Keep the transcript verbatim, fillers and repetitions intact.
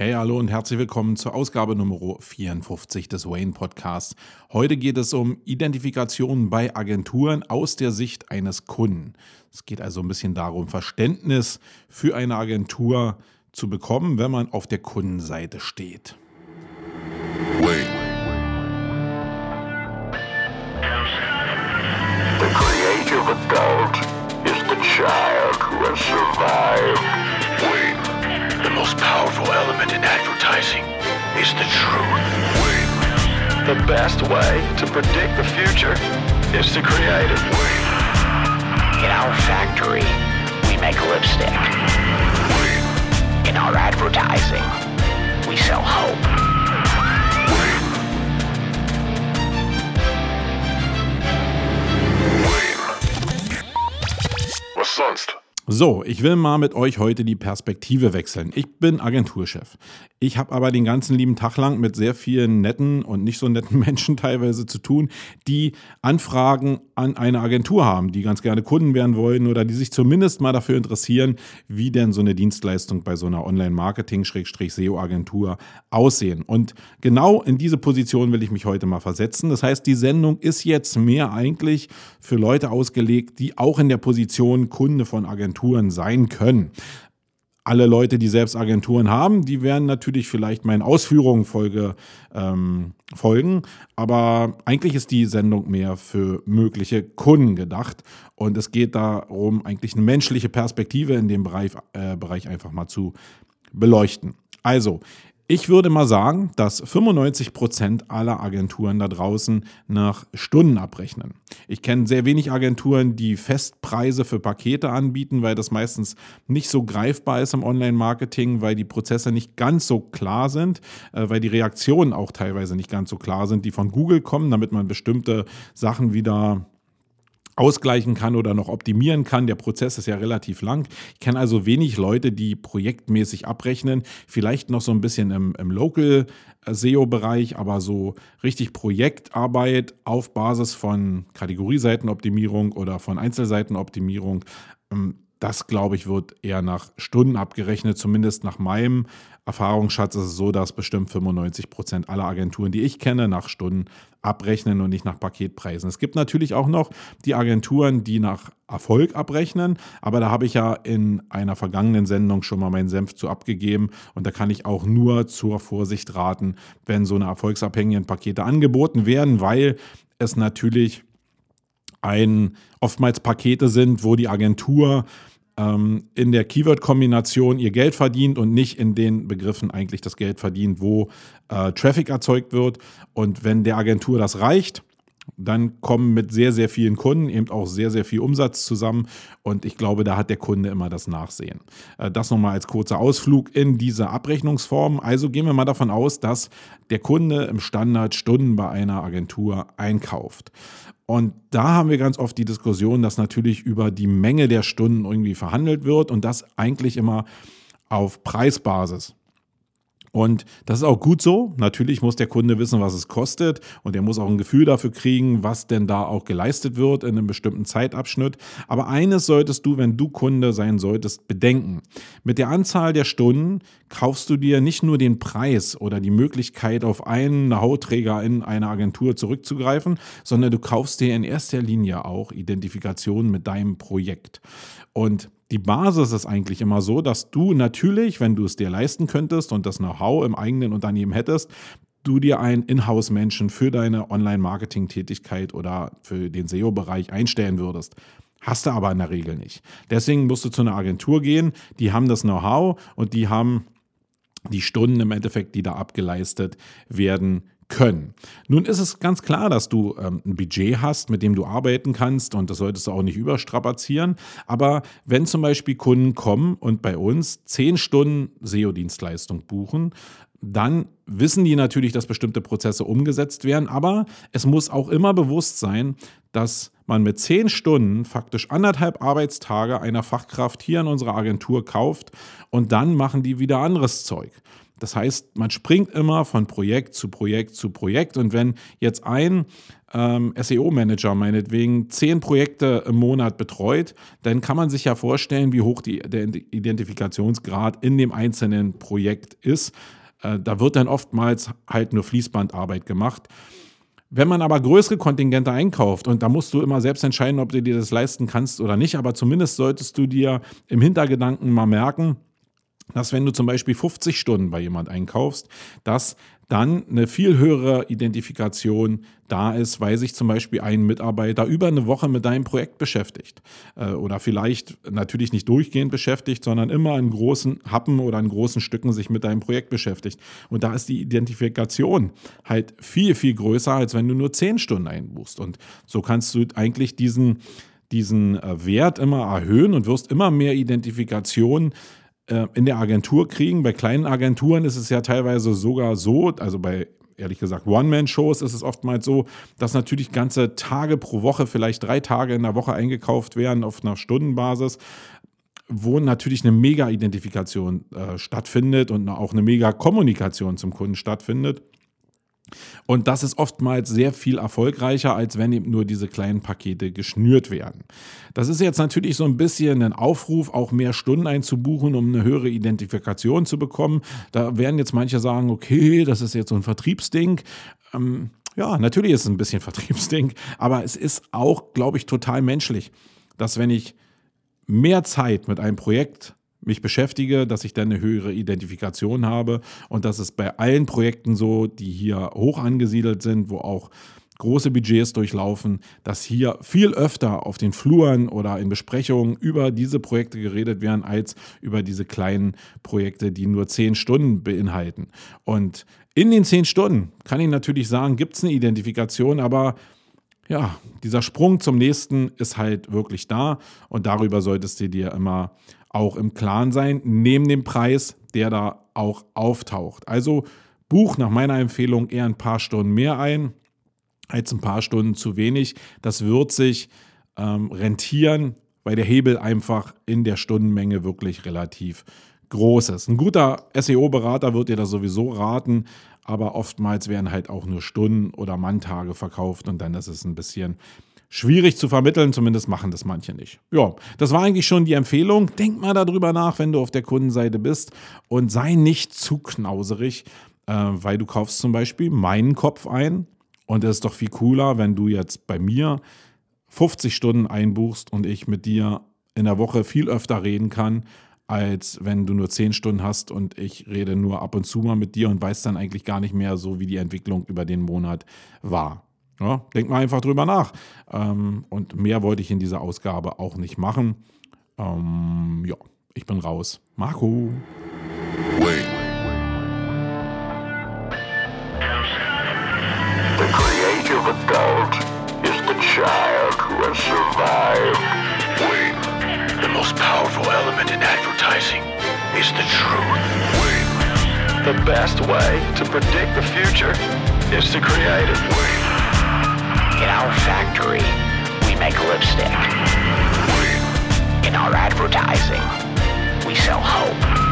Hey, hallo und herzlich willkommen zur Ausgabe Nummer vierundfünfzig des Wayne Podcasts. Heute geht es um Identifikation bei Agenturen aus der Sicht eines Kunden. Es geht also ein bisschen darum, Verständnis für eine Agentur zu bekommen, wenn man auf der Kundenseite steht. Wayne. The creative adult is the child who has survived. Wayne. The most powerful element in advertising is the truth. Wayne. The best way to predict the future is to create it. Wayne. In our factory, we make lipstick. Wayne. In our advertising, we sell hope. Wayne. Wayne. Was sonst? So, ich will mal mit euch heute die Perspektive wechseln. Ich bin Agenturchef. Ich habe aber den ganzen lieben Tag lang mit sehr vielen netten und nicht so netten Menschen teilweise zu tun, die Anfragen an eine Agentur haben, die ganz gerne Kunden werden wollen oder die sich zumindest mal dafür interessieren, wie denn so eine Dienstleistung bei so einer Online-Marketing-S E O-Agentur aussehen. Und genau in diese Position will ich mich heute mal versetzen. Das heißt, die Sendung ist jetzt mehr eigentlich für Leute ausgelegt, die auch in der Position Kunde von Agenturen sein können. Alle Leute, die selbst Agenturen haben, die werden natürlich vielleicht meinen Ausführungen Folge, ähm, folgen, aber eigentlich ist die Sendung mehr für mögliche Kunden gedacht und es geht darum, eigentlich eine menschliche Perspektive in dem Bereich, äh, Bereich einfach mal zu beleuchten. Also, ich würde mal sagen, dass fünfundneunzig Prozent aller Agenturen da draußen nach Stunden abrechnen. Ich kenne sehr wenig Agenturen, die Festpreise für Pakete anbieten, weil das meistens nicht so greifbar ist im Online-Marketing, weil die Prozesse nicht ganz so klar sind, äh, weil die Reaktionen auch teilweise nicht ganz so klar sind, die von Google kommen, damit man bestimmte Sachen wieder ausgleichen kann oder noch optimieren kann. Der Prozess ist ja relativ lang. Ich kenne also wenig Leute, die projektmäßig abrechnen. Vielleicht noch so ein bisschen im, im Local-S E O-Bereich, aber so richtig Projektarbeit auf Basis von Kategorieseitenoptimierung oder von Einzelseitenoptimierung, das, glaube ich, wird eher nach Stunden abgerechnet. Zumindest nach meinem Erfahrungsschatz ist es so, dass bestimmt fünfundneunzig Prozent aller Agenturen, die ich kenne, nach Stunden abrechnen und nicht nach Paketpreisen. Es gibt natürlich auch noch die Agenturen, die nach Erfolg abrechnen, aber da habe ich ja in einer vergangenen Sendung schon mal meinen Senf zu abgegeben und da kann ich auch nur zur Vorsicht raten, wenn so eine erfolgsabhängigen Pakete angeboten werden, weil es natürlich ein, oftmals Pakete sind, wo die Agentur ähm, in der Keyword-Kombination ihr Geld verdient und nicht in den Begriffen eigentlich das Geld verdient, wo äh, Traffic erzeugt wird. Und wenn der Agentur das reicht, dann kommen mit sehr, sehr vielen Kunden eben auch sehr, sehr viel Umsatz zusammen und ich glaube, da hat der Kunde immer das Nachsehen. Das nochmal als kurzer Ausflug in diese Abrechnungsform. Also gehen wir mal davon aus, dass der Kunde im Standard Stunden bei einer Agentur einkauft. Und da haben wir ganz oft die Diskussion, dass natürlich über die Menge der Stunden irgendwie verhandelt wird und das eigentlich immer auf Preisbasis. Und das ist auch gut so. Natürlich muss der Kunde wissen, was es kostet und er muss auch ein Gefühl dafür kriegen, was denn da auch geleistet wird in einem bestimmten Zeitabschnitt. Aber eines solltest du, wenn du Kunde sein solltest, bedenken. Mit der Anzahl der Stunden kaufst du dir nicht nur den Preis oder die Möglichkeit, auf einen Know-how-Träger in einer Agentur zurückzugreifen, sondern du kaufst dir in erster Linie auch Identifikation mit deinem Projekt. Und die Basis ist eigentlich immer so, dass du natürlich, wenn du es dir leisten könntest und das Know-how im eigenen Unternehmen hättest, du dir einen Inhouse-Menschen für deine Online-Marketing-Tätigkeit oder für den S E O-Bereich einstellen würdest. Hast du aber in der Regel nicht. Deswegen musst du zu einer Agentur gehen, die haben das Know-how und die haben die Stunden im Endeffekt, die da abgeleistet werden können. Nun ist es ganz klar, dass du ähm, ein Budget hast, mit dem du arbeiten kannst und das solltest du auch nicht überstrapazieren. Aber wenn zum Beispiel Kunden kommen und bei uns zehn Stunden S E O-Dienstleistung buchen, dann wissen die natürlich, dass bestimmte Prozesse umgesetzt werden, aber es muss auch immer bewusst sein, dass man mit zehn Stunden faktisch anderthalb Arbeitstage einer Fachkraft hier in unserer Agentur kauft und dann machen die wieder anderes Zeug. Das heißt, man springt immer von Projekt zu Projekt zu Projekt. Und wenn jetzt ein ähm, S E O-Manager meinetwegen zehn Projekte im Monat betreut, dann kann man sich ja vorstellen, wie hoch die, der Identifikationsgrad in dem einzelnen Projekt ist. Äh, da wird dann oftmals halt nur Fließbandarbeit gemacht. Wenn man aber größere Kontingente einkauft, und da musst du immer selbst entscheiden, ob du dir das leisten kannst oder nicht, aber zumindest solltest du dir im Hintergedanken mal merken, dass wenn du zum Beispiel fünfzig Stunden bei jemand einkaufst, dass dann eine viel höhere Identifikation da ist, weil sich zum Beispiel ein Mitarbeiter über eine Woche mit deinem Projekt beschäftigt. Äh, oder vielleicht natürlich nicht durchgehend beschäftigt, sondern immer in großen Happen oder in großen Stücken sich mit deinem Projekt beschäftigt. Und da ist die Identifikation halt viel, viel größer, als wenn du nur zehn Stunden einbuchst. Und so kannst du eigentlich diesen, diesen Wert immer erhöhen und wirst immer mehr Identifikation in der Agentur kriegen. Bei kleinen Agenturen ist es ja teilweise sogar so, also bei ehrlich gesagt One-Man-Shows ist es oftmals so, dass natürlich ganze Tage pro Woche, vielleicht drei Tage in der Woche eingekauft werden auf einer Stundenbasis, wo natürlich eine Mega-Identifikation äh, stattfindet und auch eine Mega-Kommunikation zum Kunden stattfindet. Und das ist oftmals sehr viel erfolgreicher, als wenn eben nur diese kleinen Pakete geschnürt werden. Das ist jetzt natürlich so ein bisschen ein Aufruf, auch mehr Stunden einzubuchen, um eine höhere Identifikation zu bekommen. Da werden jetzt manche sagen, okay, das ist jetzt so ein Vertriebsding. Ähm, ja, natürlich ist es ein bisschen Vertriebsding, aber es ist auch, glaube ich, total menschlich, dass wenn ich mehr Zeit mit einem Projekt mich beschäftige, dass ich dann eine höhere Identifikation habe, und das ist bei allen Projekten so, die hier hoch angesiedelt sind, wo auch große Budgets durchlaufen, dass hier viel öfter auf den Fluren oder in Besprechungen über diese Projekte geredet werden, als über diese kleinen Projekte, die nur zehn Stunden beinhalten. Und in den zehn Stunden kann ich natürlich sagen, gibt es eine Identifikation, aber ja, dieser Sprung zum nächsten ist halt wirklich da, und darüber solltest du dir immer auch im Klaren sein, neben dem Preis, der da auch auftaucht. Also buch nach meiner Empfehlung eher ein paar Stunden mehr ein, als ein paar Stunden zu wenig. Das wird sich ähm, rentieren, weil der Hebel einfach in der Stundenmenge wirklich relativ groß ist. Ein guter S E O-Berater wird dir das sowieso raten, aber oftmals werden halt auch nur Stunden oder Manntage verkauft, und dann ist es ein bisschen schwierig zu vermitteln, zumindest machen das manche nicht. Ja, das war eigentlich schon die Empfehlung. Denk mal darüber nach, wenn du auf der Kundenseite bist, und sei nicht zu knauserig, äh, weil du kaufst zum Beispiel meinen Kopf ein, und es ist doch viel cooler, wenn du jetzt bei mir fünfzig Stunden einbuchst und ich mit dir in der Woche viel öfter reden kann, als wenn du nur zehn Stunden hast und ich rede nur ab und zu mal mit dir und weiß dann eigentlich gar nicht mehr so, wie die Entwicklung über den Monat war. Ja, denk mal einfach drüber nach. Ähm, und mehr wollte ich in dieser Ausgabe auch nicht machen. Ähm, ja, ich bin raus. Marco. Wait. The creative adult is the child who has survived. Wait. The most powerful element in advertising is the truth. Wait. The best way to predict the future is to create it. Wait. In our factory, we make lipstick. In our advertising, we sell hope.